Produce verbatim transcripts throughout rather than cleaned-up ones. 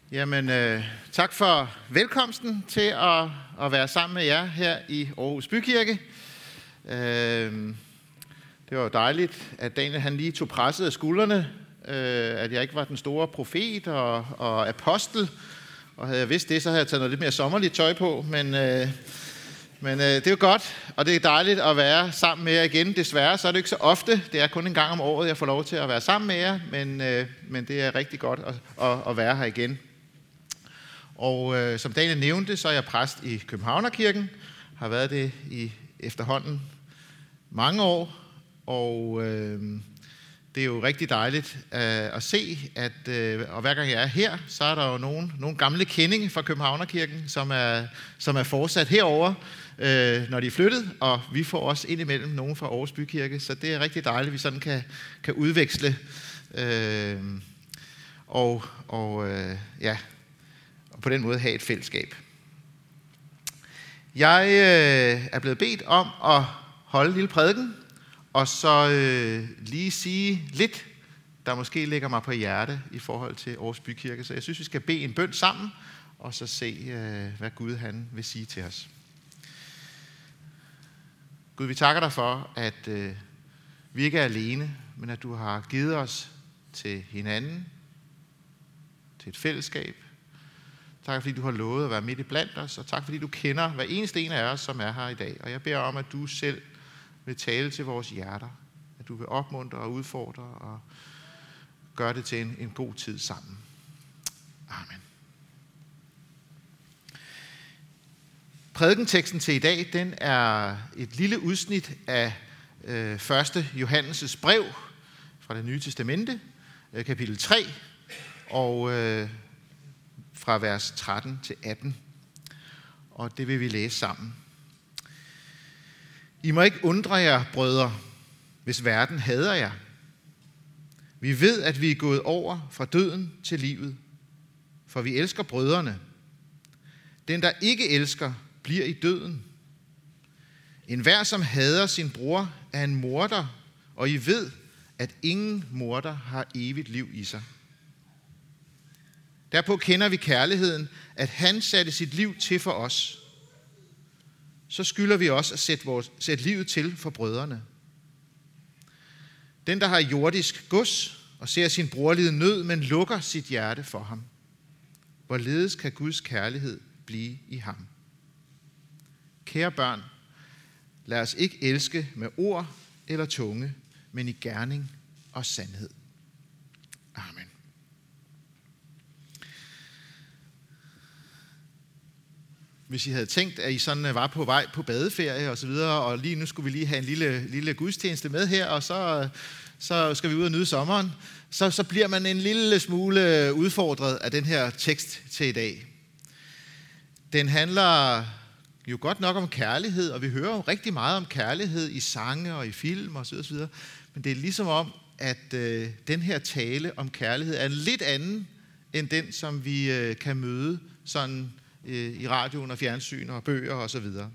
Jamen, øh, tak for velkomsten til at, at være sammen med jer her i Aarhus Bykirke. Øh, det var jo dejligt, at Daniel han lige tog presset af skuldrene, øh, at jeg ikke var den store profet og, og apostel. Og havde jeg vidst det, så havde jeg taget noget lidt mere sommerligt tøj på, men... Øh, Men øh, det er jo godt, og det er dejligt at være sammen med jer igen. Desværre så er det ikke så ofte. Det er kun en gang om året, jeg får lov til at være sammen med jer, men, øh, men det er rigtig godt at, at, at være her igen. Og øh, som Daniel nævnte, så er jeg præst i Københavnerkirken. Har været det i efterhånden mange år, og øh, det er jo rigtig dejligt øh, at se, at øh, og hver gang jeg er her, så er der jo nogle, nogle gamle kendinge fra Københavnerkirken, som er, som er fortsat herover, øh, når de er flyttet, og vi får også indimellem nogen fra Aarhus Bykirke, så det er rigtig dejligt, at vi sådan kan, kan udveksle øh, og, og, øh, ja, og på den måde have et fællesskab. Jeg øh, er blevet bedt om at holde en lille prædiken, og så øh, lige sige lidt, der måske ligger mig på hjerte i forhold til Aarhus Bykirke. Så jeg synes, vi skal bede en bøn sammen, og så se, øh, hvad Gud han vil sige til os. Gud, vi takker dig for, at øh, vi ikke er alene, men at du har givet os til hinanden, til et fællesskab. Tak fordi du har lovet at være midt i blandt os, og tak fordi du kender hver eneste en af os, som er her i dag. Og jeg beder om, at du selv vil tale til vores hjerter, at du vil opmuntre og udfordre og gøre det til en, en god tid sammen. Amen. Prædikenteksten til i dag, den er et lille udsnit af øh, første Johannes' brev fra Det Nye Testamente, øh, kapitel tre, og øh, fra vers tretten til atten. Og det vil vi læse sammen. I må ikke undre jer, brødre, hvis verden hader jer. Vi ved, at vi er gået over fra døden til livet, for vi elsker brødrene. Den, der ikke elsker, bliver i døden. Enhver, som hader sin bror, er en morder, og I ved, at ingen morder har evigt liv i sig. Derpå kender vi kærligheden, at han satte sit liv til for os. Så skylder vi også at sætte, vores, sætte livet til for brødrene. Den, der har jordisk gods og ser sin bror lide nød, men lukker sit hjerte for ham. Hvorledes kan Guds kærlighed blive i ham? Kære børn, lad os ikke elske med ord eller tunge, men i gerning og sandhed. Amen. Hvis I havde tænkt, at I sådan var på vej på badeferie og så videre, og lige nu skulle vi lige have en lille, lille gudstjeneste med her, og så, så skal vi ud og nyde sommeren, så, så bliver man en lille smule udfordret af den her tekst til i dag. Den handler jo godt nok om kærlighed, og vi hører jo rigtig meget om kærlighed i sange og i film og så videre, men det er ligesom om, at øh, den her tale om kærlighed er en lidt anden, end den, som vi øh, kan møde sådan i radioen og fjernsyn og bøger og så videre.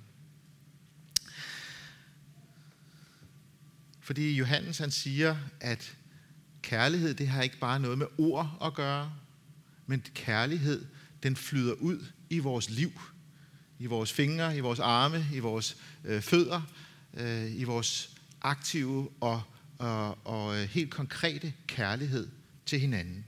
Fordi Johannes han siger, at kærlighed det har ikke bare noget med ord at gøre, men kærlighed den flyder ud i vores liv, i vores fingre, i vores arme, i vores øh, fødder, øh, i vores aktive og, og, og helt konkrete kærlighed til hinanden.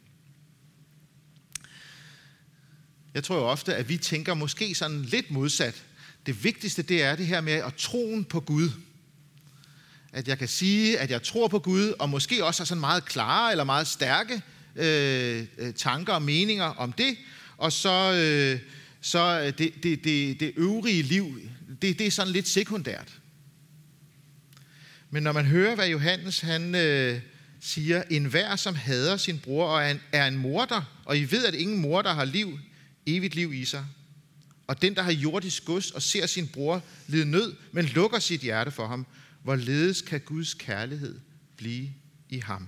Jeg tror jo ofte, at vi tænker måske sådan lidt modsat. Det vigtigste, det er det her med at troen på Gud. At jeg kan sige, at jeg tror på Gud, og måske også har sådan meget klare eller meget stærke øh, tanker og meninger om det. Og så, øh, så det, det, det, det øvrige liv, det, det er sådan lidt sekundært. Men når man hører, hvad Johannes han øh, siger, enhver som hader sin bror og er en, er en morder, og I ved, at ingen morder har liv, evigt liv i sig. Og den, der har jordisk gods og ser sin bror lide nød, men lukker sit hjerte for ham, hvorledes kan Guds kærlighed blive i ham?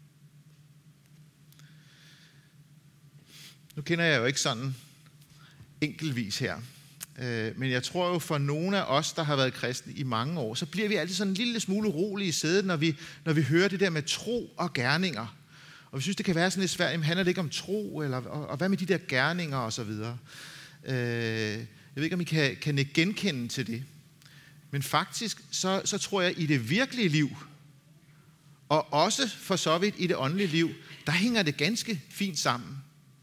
Nu kender jeg jo ikke sådan enkeltvis her, men jeg tror jo for nogle af os, der har været kristne i mange år, så bliver vi altid sådan en lille smule urolige i sædet, når vi, når vi hører det der med tro og gerninger. Og vi synes, det kan være sådan lidt svært, jamen handler det ikke om tro, eller, og, og hvad med de der gerninger og så videre. Øh, jeg ved ikke, om I kan, kan genkende til det. Men faktisk, så, så tror jeg, i det virkelige liv, og også for så vidt i det åndelige liv, der hænger det ganske fint sammen.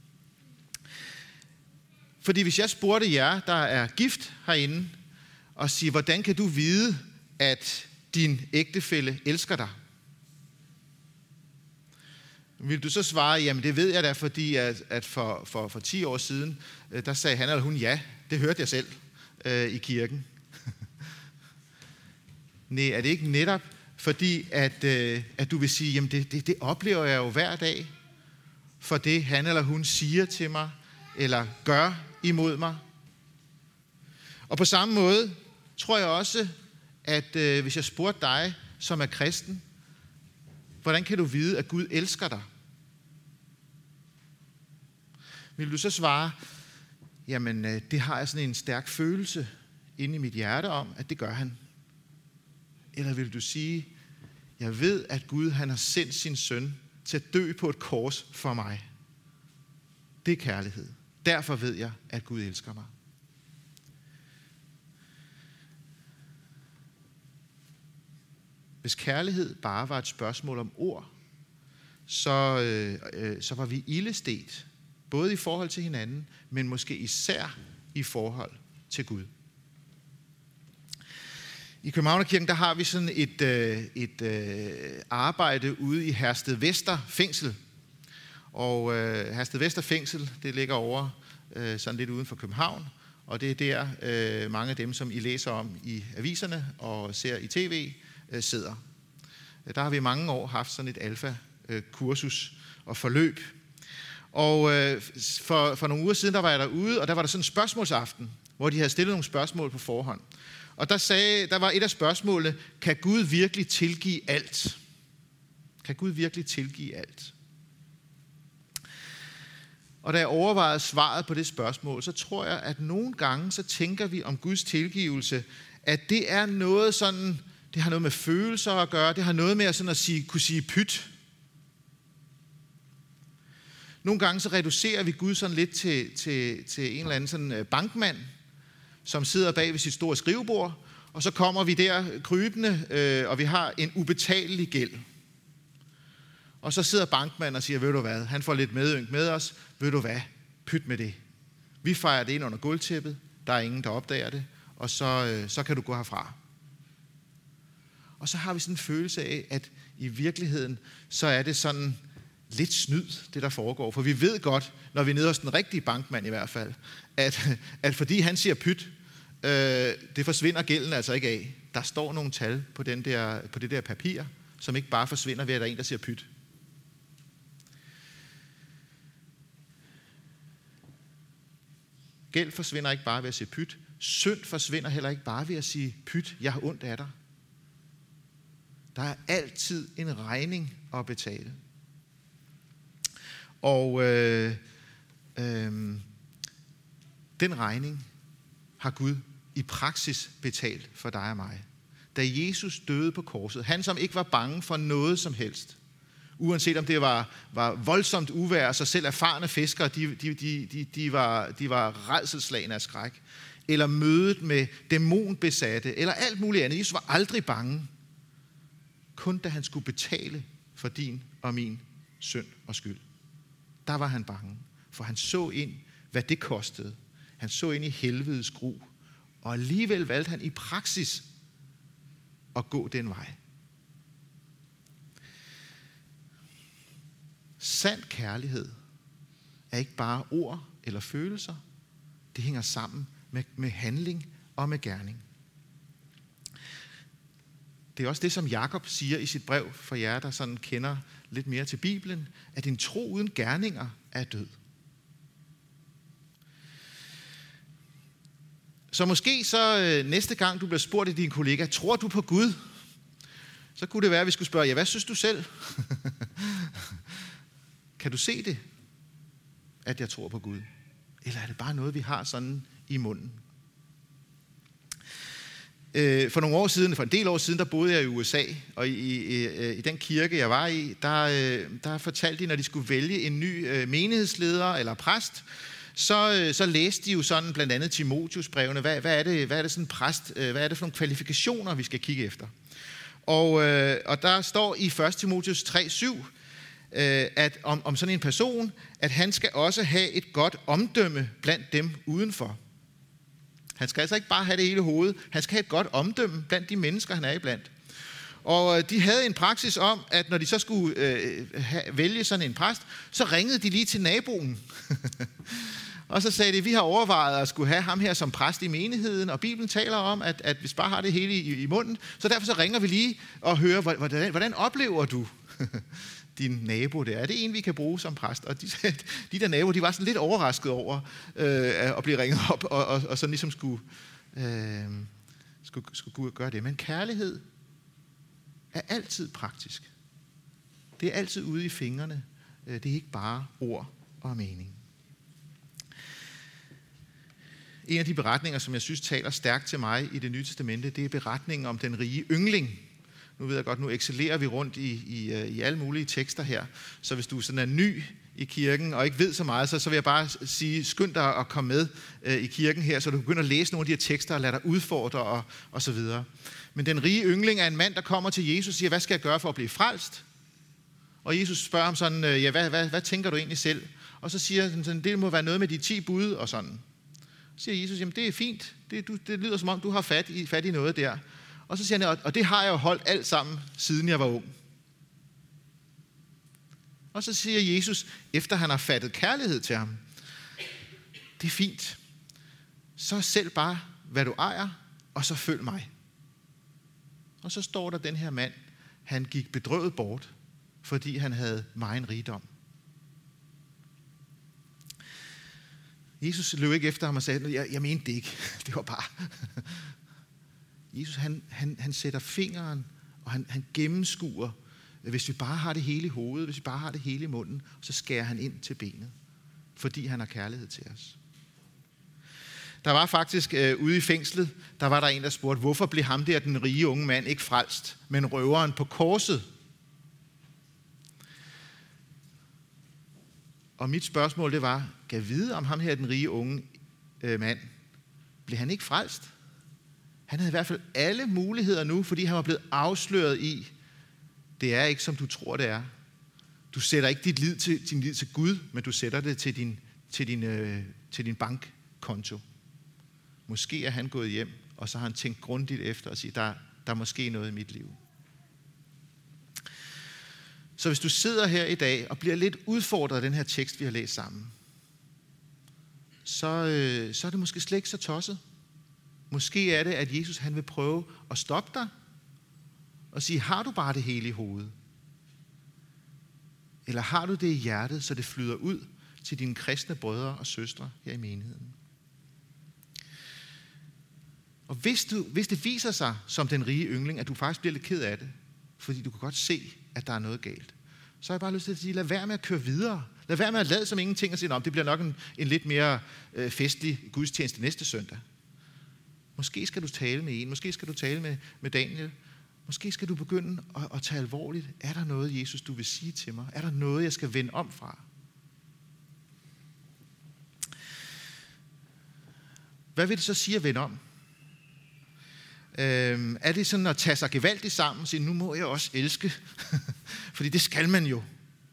Fordi hvis jeg spurgte jer, der er gift herinde, og siger, hvordan kan du vide, at din ægtefælle elsker dig? Vil du så svare, jamen det ved jeg da, fordi at, at for, for, for ti år siden, der sagde han eller hun ja. Det hørte jeg selv øh, i kirken. Nej, er det ikke netop fordi, at, øh, at du vil sige, jamen det, det, det oplever jeg jo hver dag, for det han eller hun siger til mig, eller gør imod mig. Og på samme måde tror jeg også, at øh, hvis jeg spurgte dig, som er kristen, hvordan kan du vide, at Gud elsker dig? Vil du så svare, jamen øh, det har jeg sådan en stærk følelse inde i mit hjerte om, at det gør han. Eller vil du sige, jeg ved, at Gud han har sendt sin søn til at dø på et kors for mig. Det er kærlighed. Derfor ved jeg, at Gud elsker mig. Hvis kærlighed bare var et spørgsmål om ord, så, øh, så var vi ildestedt, både i forhold til hinanden, men måske især i forhold til Gud. I Københavnerkirken, der har vi sådan et, øh, et øh, arbejde ude i Hersted Vester Fængsel. Og øh, Hersted Vester Fængsel, det ligger over øh, sådan lidt uden for København. Og det er der øh, mange af dem, som I læser om i aviserne og ser i tv, øh, sidder. Der har vi i mange år haft sådan et alfa-kursus og forløb. Og øh, for, for nogle uger siden, der var jeg derude, og der var der sådan en spørgsmålsaften, hvor de havde stillet nogle spørgsmål på forhånd. Og der, sagde, der var et af spørgsmålene, kan Gud virkelig tilgive alt? Kan Gud virkelig tilgive alt? Og da jeg overvejede svaret på det spørgsmål, så tror jeg, at nogle gange, så tænker vi om Guds tilgivelse, at det er noget sådan, det har noget med følelser at gøre, det har noget med at, sådan at sige, kunne sige pyt. Nogle gange så reducerer vi Gud sådan lidt til, til, til en eller anden sådan bankmand, som sidder bag ved sit store skrivebord, og så kommer vi der krybende, øh, og vi har en ubetalelig gæld. Og så sidder bankmanden og siger, ved du hvad, han får lidt medynk med os, ved du hvad, pyt med det. Vi fejrer det ind under gulvtæppet, der er ingen, der opdager det, og så, øh, så kan du gå herfra. Og så har vi sådan en følelse af, at i virkeligheden, så er det sådan lidt snyd, det der foregår. For vi ved godt, når vi er nede hos den rigtige bankmand i hvert fald, at, at fordi han siger pyt, øh, det forsvinder gælden altså ikke af. Der står nogle tal på, den der, på det der papir, som ikke bare forsvinder ved, at der er en, der siger pyt. Gæld forsvinder ikke bare ved at sige pyt. Synd forsvinder heller ikke bare ved at sige pyt, jeg har ondt af dig. Der er altid en regning at betale. Og øh, øh, den regning har Gud i praksis betalt for dig og mig. Da Jesus døde på korset, han som ikke var bange for noget som helst, uanset om det var, var voldsomt uvejr, så selv erfarne fiskere, de, de, de, de, de var, de var rædselsslagne af skræk, eller mødet med dæmonbesatte, eller alt muligt andet. Jesus var aldrig bange, kun da han skulle betale for din og min synd og skyld. Der var han bange, for han så ind, hvad det kostede. Han så ind i helvedes gru, og alligevel valgte han i praksis at gå den vej. Sand kærlighed er ikke bare ord eller følelser. Det hænger sammen med, med handling og med gerning. Det er også det, som Jakob siger i sit brev for jer, der sådan kender lidt mere til Bibelen, at en tro uden gerninger er død. Så måske så øh, næste gang du bliver spurgt af din kollega, tror du på Gud? Så kunne det være, at vi skulle spørge, ja, hvad synes du selv? Kan du se det, at jeg tror på Gud? Eller er det bare noget, vi har sådan i munden? For nogle år siden, for en del år siden, der boede jeg i U S A, og i, i, i den kirke, jeg var i, der, der fortalte de, når de skulle vælge en ny menighedsleder eller præst, så, så læste de jo sådan blandt andet Timotheusbrevene. Hvad, hvad, er det, hvad er det sådan en præst, hvad er det for nogle kvalifikationer, vi skal kigge efter? Og, og der står i første Timotheus tre syv, at om, om sådan en person, at han skal også have et godt omdømme blandt dem udenfor. Han skal altså ikke bare have det hele hovedet, han skal have et godt omdømme blandt de mennesker, han er iblandt. Og de havde en praksis om, at når de så skulle øh, have, vælge sådan en præst, så ringede de lige til naboen. Og så sagde de, vi har overvejet at skulle have ham her som præst i menigheden, og Bibelen taler om, at, at vi bare har det hele i, i munden. Så derfor så ringer vi lige og hører, hvordan, hvordan oplever du din nabo der? Er det en, vi kan bruge som præst? Og de, de der naboer, de var sådan lidt overrasket over øh, at blive ringet op, og, og, og sådan ligesom skulle, øh, skulle, skulle gøre det. Men kærlighed er altid praktisk. Det er altid ude i fingrene. Det er ikke bare ord og mening. En af de beretninger, som jeg synes taler stærkt til mig i Det Nye Testamente, det er beretningen om den rige yngling. Nu ved jeg godt, nu excellerer vi rundt i, i, i alle mulige tekster her. Så hvis du sådan er ny i kirken og ikke ved så meget, så, så vil jeg bare sige, skynd dig at komme med øh, i kirken her, så du begynder at læse nogle af de her tekster og lade dig udfordre og, og så videre. Men den rige yngling er en mand, der kommer til Jesus og siger, hvad skal jeg gøre for at blive frelst? Og Jesus spørger ham sådan, ja, hvad, hvad, hvad tænker du egentlig selv? Og så siger han sådan, det må være noget med de ti bud og sådan. Så siger Jesus, jamen det er fint. Det, du, det lyder som om, du har fat i, fat i noget der. Og så siger han, og det har jeg jo holdt alt sammen, siden jeg var ung. Og så siger Jesus, efter han har fattet kærlighed til ham, det er fint. Så selv bare, hvad du ejer, og så følg mig. Og så står der den her mand, han gik bedrøvet bort, fordi han havde megen rigdom. Jesus løb ikke efter ham og sagde, jeg, jeg mente det ikke. Det var bare... Jesus, han, han, han sætter fingeren, og han, han gennemskuer, hvis vi bare har det hele i hovedet, hvis vi bare har det hele i munden, så skærer han ind til benet, fordi han har kærlighed til os. Der var faktisk øh, ude i fængslet, der var der en, der spurgte, hvorfor blev ham der, den rige unge mand, ikke frelst, men røveren på korset? Og mit spørgsmål, det var, kan jeg vide om ham her, den rige unge øh, mand, blev han ikke frelst? Han havde i hvert fald alle muligheder nu, fordi han var blevet afsløret i, det er ikke, som du tror, det er. Du sætter ikke dit lid til, din lid til Gud, men du sætter det til din, til din, øh, til din bankkonto. Måske er han gået hjem, og så har han tænkt grundigt efter og sagt, der, der er måske noget i mit liv. Så hvis du sidder her i dag og bliver lidt udfordret af den her tekst, vi har læst sammen, så, øh, så er det måske slet ikke så tosset. Måske er det, at Jesus han vil prøve at stoppe dig og sige, har du bare det hele i hovedet? Eller har du det i hjertet, så det flyder ud til dine kristne brødre og søstre her i menigheden? Og hvis, du, hvis det viser sig som den rige yngling, at du faktisk bliver lidt ked af det, fordi du kan godt se, at der er noget galt, så har jeg bare lyst til at sige, lad være med at køre videre. Lad være med at lade som ingenting og sige, om det bliver nok en, en lidt mere øh, festlig gudstjeneste næste søndag. Måske skal du tale med en, måske skal du tale med, med Daniel. Måske skal du begynde at, at tage alvorligt. Er der noget, Jesus, du vil sige til mig? Er der noget, jeg skal vende om fra? Hvad vil det så sige at vende om? Øhm, er det sådan at tage sig gevaldigt sammen og sige, nu må jeg også elske? Fordi det skal man jo.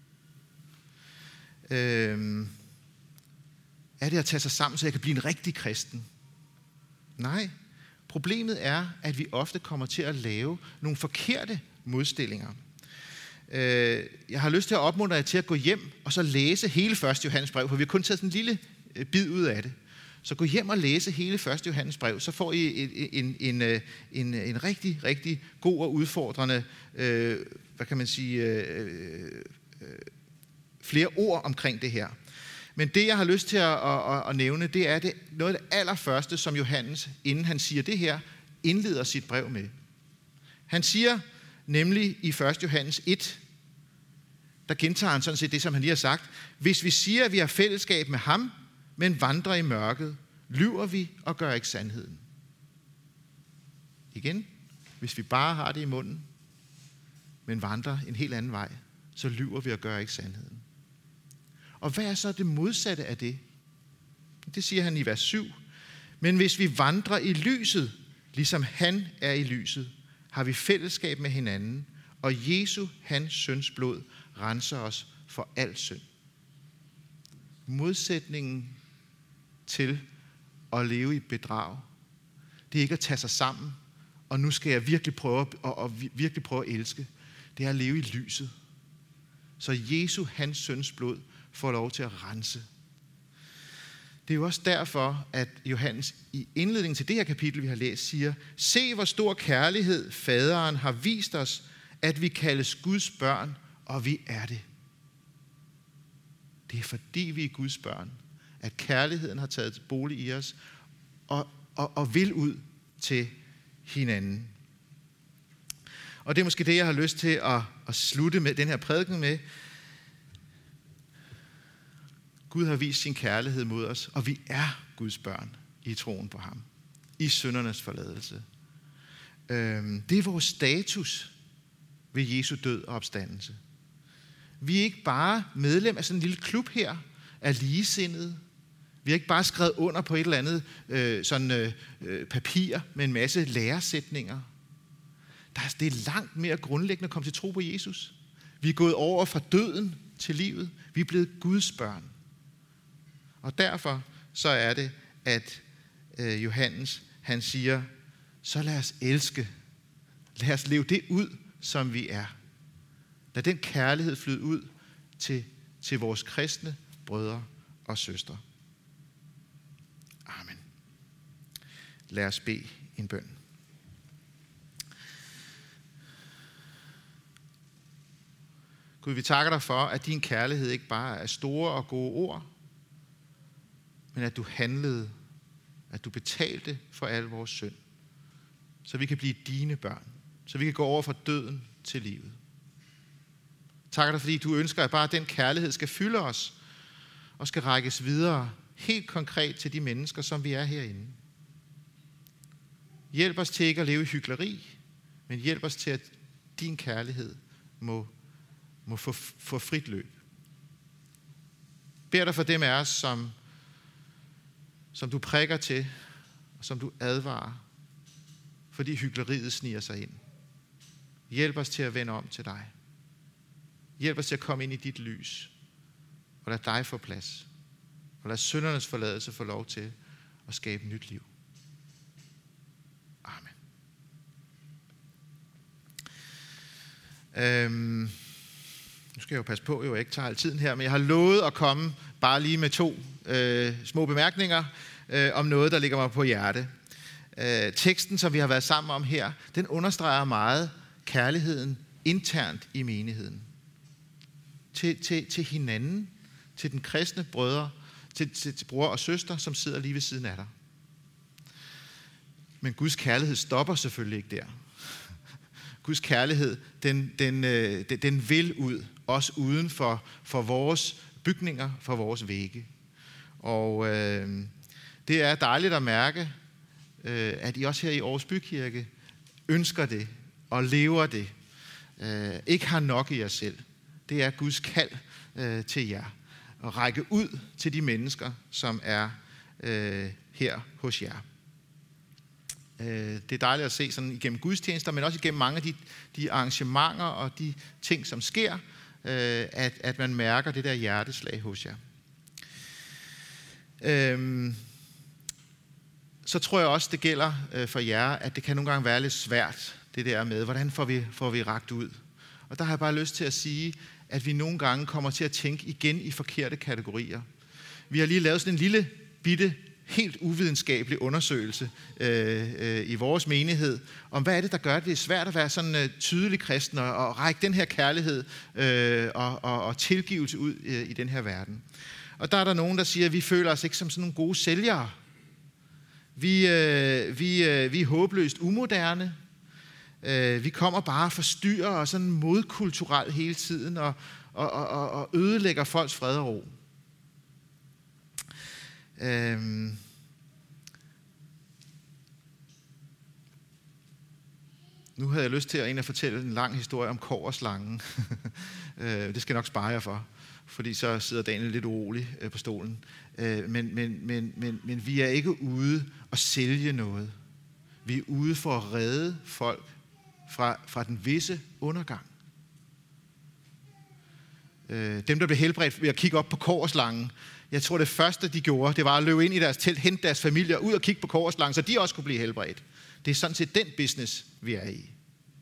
Øhm, er det at tage sig sammen, så jeg kan blive en rigtig kristen? Nej. Problemet er, at vi ofte kommer til at lave nogle forkerte modstillinger. Øh, jeg har lyst til at opmuntre jer til at gå hjem og så læse hele første Johannes brev, for vi har kun taget sådan en lille bid ud af det. Så gå hjem og læse hele første Johannes brev, så får I en, en, en, en, en rigtig, rigtig god og udfordrende, øh, hvad kan man sige, øh, øh, flere ord omkring det her. Men det, jeg har lyst til at, at, at nævne, det er det, noget af det allerførste, som Johannes, inden han siger det her, indleder sit brev med. Han siger nemlig i første Johannes et, der gentager han sådan set det, som han lige har sagt. Hvis vi siger, at vi har fællesskab med ham, men vandrer i mørket, lyver vi og gør ikke sandheden. igen, hvis vi bare har det i munden, men vandrer en helt anden vej, så lyver vi og gør ikke sandheden. Og hvad er så det modsatte af det? Det siger han i vers syv. Men hvis vi vandrer i lyset, ligesom han er i lyset, har vi fællesskab med hinanden, og Jesu, hans søns blod, renser os for al synd. Modsætningen til at leve i bedrag, det er ikke at tage sig sammen, og nu skal jeg virkelig prøve at, og, og virkelig prøve at elske. Det er at leve i lyset. Så Jesu, hans søns blod, får lov til at rense. Det er jo også derfor, at Johannes i indledningen til det her kapitel, vi har læst, siger, se hvor stor kærlighed faderen har vist os, at vi kaldes Guds børn, og vi er det. Det er fordi vi er Guds børn, at kærligheden har taget bolig i os, og, og, og vil ud til hinanden. Og det er måske det, jeg har lyst til at, at slutte med den her prædiken med. Gud har vist sin kærlighed mod os, og vi er Guds børn i troen på ham. I syndernes forladelse. Det er vores status ved Jesu død og opstandelse. Vi er ikke bare medlem af sådan en lille klub her, af ligesindede. Vi har ikke bare skrevet under på et eller andet øh, sådan, øh, papir med en masse læresætninger. Der er, det er langt mere grundlæggende at komme til tro på Jesus. Vi er gået over fra døden til livet. Vi er blevet Guds børn. Og derfor så er det, at øh, Johannes han siger, så lad os elske. Lad os leve det ud, som vi er. Lad den kærlighed flyde ud til, til vores kristne brødre og søstre. Amen. Lad os bede en bøn. Gud, vi takker dig for, at din kærlighed ikke bare er store og gode ord, men at du handlede, at du betalte for al vores synd, så vi kan blive dine børn, så vi kan gå over fra døden til livet. Takker dig, fordi du ønsker, at bare den kærlighed skal fylde os, og skal rækkes videre helt konkret til de mennesker, som vi er herinde. Hjælp os til ikke at leve i hykleri, men hjælp os til, at din kærlighed må, må få, få frit løb. Beder dig for dem af os, som, som du prikker til, og som du advarer, fordi hykleriet sniger sig ind. Hjælp os til at vende om til dig. Hjælp os til at komme ind i dit lys, og lad dig få plads. Og lad syndernes forladelse få lov til at skabe nyt liv. Amen. Øhm, nu skal jeg jo passe på, at jeg ikke tager al tiden her, men jeg har lovet at komme bare lige med to øh, små bemærkninger øh, om noget, der ligger mig på hjerte. Øh, teksten, som vi har været sammen om her, den understreger meget kærligheden internt i menigheden. Til, til, til hinanden, til den kristne brødre, til, til, til bror og søster, som sidder lige ved siden af dig. Men Guds kærlighed stopper selvfølgelig ikke der. Guds kærlighed, den, den, den, den vil ud, også uden for, for vores bygninger, for vores vægge. Og øh, det er dejligt at mærke, øh, at I også her i Aarhus Bykirke ønsker det og lever det. Øh, ikke har nok i jer selv. Det er Guds kald øh, til jer. At række ud til de mennesker, som er øh, her hos jer. Øh, det er dejligt at se sådan igennem gudstjenester, men også igennem mange af de, de arrangementer og de ting, som sker, øh, at, at man mærker det der hjerteslag hos jer. Øh, så tror jeg også, det gælder øh, for jer, at det kan nogle gange være lidt svært, det der med, hvordan får vi, får vi rakt ud. Og der har jeg bare lyst til at sige, at vi nogle gange kommer til at tænke igen i forkerte kategorier. Vi har lige lavet sådan en lille, bitte, helt uvidenskabelig undersøgelse øh, øh, i vores menighed, om hvad er det, der gør, at det er svært at være sådan øh, tydelig kristen og, og række den her kærlighed øh, og, og, og tilgivelse ud øh, i den her verden. Og der er der nogen, der siger, at vi føler os ikke som sådan nogle gode sælgere. Vi, øh, vi, øh, vi er håbløst umoderne. Vi kommer bare og forstyrrer og sådan modkulturelt hele tiden og, og, og, og ødelægger folks fred og ro. Øhm. Nu havde jeg lyst til at ind og fortælle en lang historie om kobberslangen. Det skal jeg nok spare jer for, fordi så sidder Daniel lidt urolig på stolen. Men, men, men, men, men vi er ikke ude at sælge noget. Vi er ude for at redde folk fra, fra den visse undergang. Dem, der blev helbredt ved at kigge op på kobberslangen, jeg tror, det første, de gjorde, det var at løbe ind i deres telt, hente deres familier, ud og kigge på kobberslangen, så de også kunne blive helbredt. Det er sådan set den business, vi er i.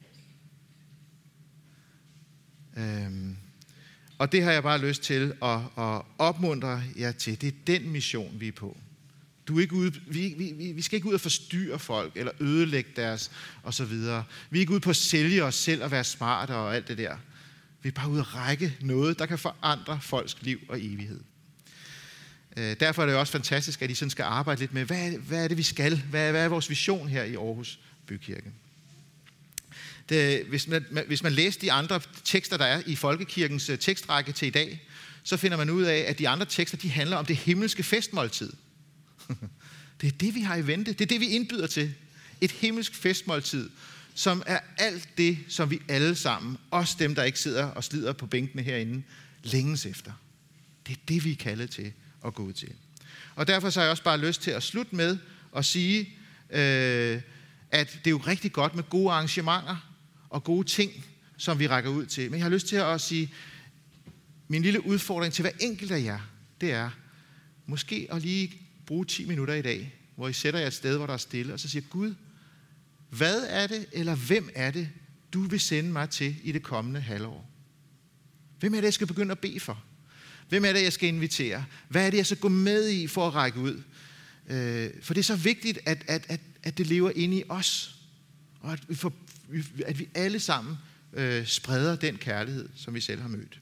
Øhm, og det har jeg bare lyst til at, at opmuntre jer til. Det er den mission, vi er på. Du er ikke ude, vi, vi, vi skal ikke ud og forstyrre folk, eller ødelægge deres, og så videre. Vi er ikke ude på at sælge os selv og være smarte og alt det der. Vi er bare ude at række noget, der kan forandre folks liv og evighed. Derfor er det også fantastisk, at I sådan skal arbejde lidt med, hvad, hvad er det, vi skal? Hvad, hvad er vores vision her i Aarhus Bykirke? Det, hvis, man, hvis man læser de andre tekster, der er i Folkekirkens tekstrække til i dag, så finder man ud af, at de andre tekster, de handler om det himmelske festmåltid. Det er det, vi har i vente. Det er det, vi indbyder til. Et himmelsk festmåltid, som er alt det, som vi alle sammen, også dem, der ikke sidder og slider på bænkene herinde, længes efter. Det er det, vi er kaldet til at gå ud til. Og derfor så har jeg også bare lyst til at slutte med at sige, øh, at det er jo rigtig godt med gode arrangementer og gode ting, som vi rækker ud til. Men jeg har lyst til at sige, min lille udfordring til hver enkelt af jer, det er måske at lige bruge ti minutter i dag, hvor I sætter jer et sted, hvor der er stille, og så siger Gud, hvad er det, eller hvem er det, du vil sende mig til i det kommende halvår? Hvem er det, jeg skal begynde at bede for? Hvem er det, jeg skal invitere? Hvad er det, jeg skal gå med i for at række ud? For det er så vigtigt, at, at, at, at det lever inde i os. Og at vi, får, at vi alle sammen øh, spreder den kærlighed, som vi selv har mødt.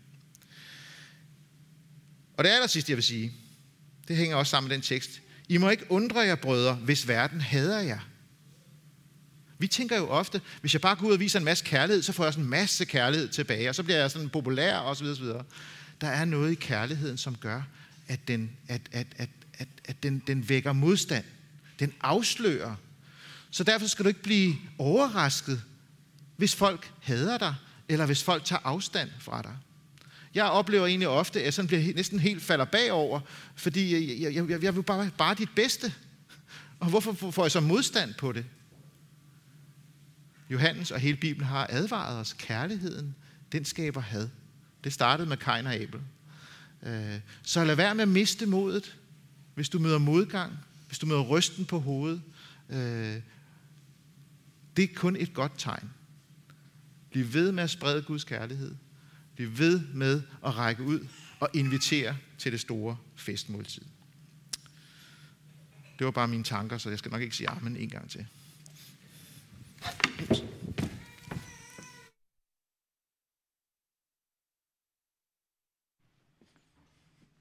Og det aller sidste, jeg vil sige, det hænger også sammen med den tekst. I må ikke undre jer, brødre, hvis verden hader jer. Vi tænker jo ofte, hvis jeg bare går ud og viser en masse kærlighed, så får jeg sådan en masse kærlighed tilbage, og så bliver jeg sådan populær osv. osv. Der er noget i kærligheden, som gør, at den, at, at, at, at, at den, den vækker modstand. Den afslører. Så derfor skal du ikke blive overrasket, hvis folk hader dig, eller hvis folk tager afstand fra dig. Jeg oplever egentlig ofte, at jeg sådan bliver næsten helt falder bagover, fordi jeg, jeg, jeg, jeg vil bare, bare dit bedste. Og hvorfor får jeg så modstand på det? Johannes og hele Bibelen har advaret os. Kærligheden, den skaber had. Det startede med Kain og Abel. Så lad være med at miste modet, hvis du møder modgang, hvis du møder rysten på hovedet. Det er kun et godt tegn. Bliv ved med at sprede Guds kærlighed. Bliv ved med at række ud og invitere til det store festmåltid. Det var bare mine tanker, så jeg skal nok ikke sige amen en gang til.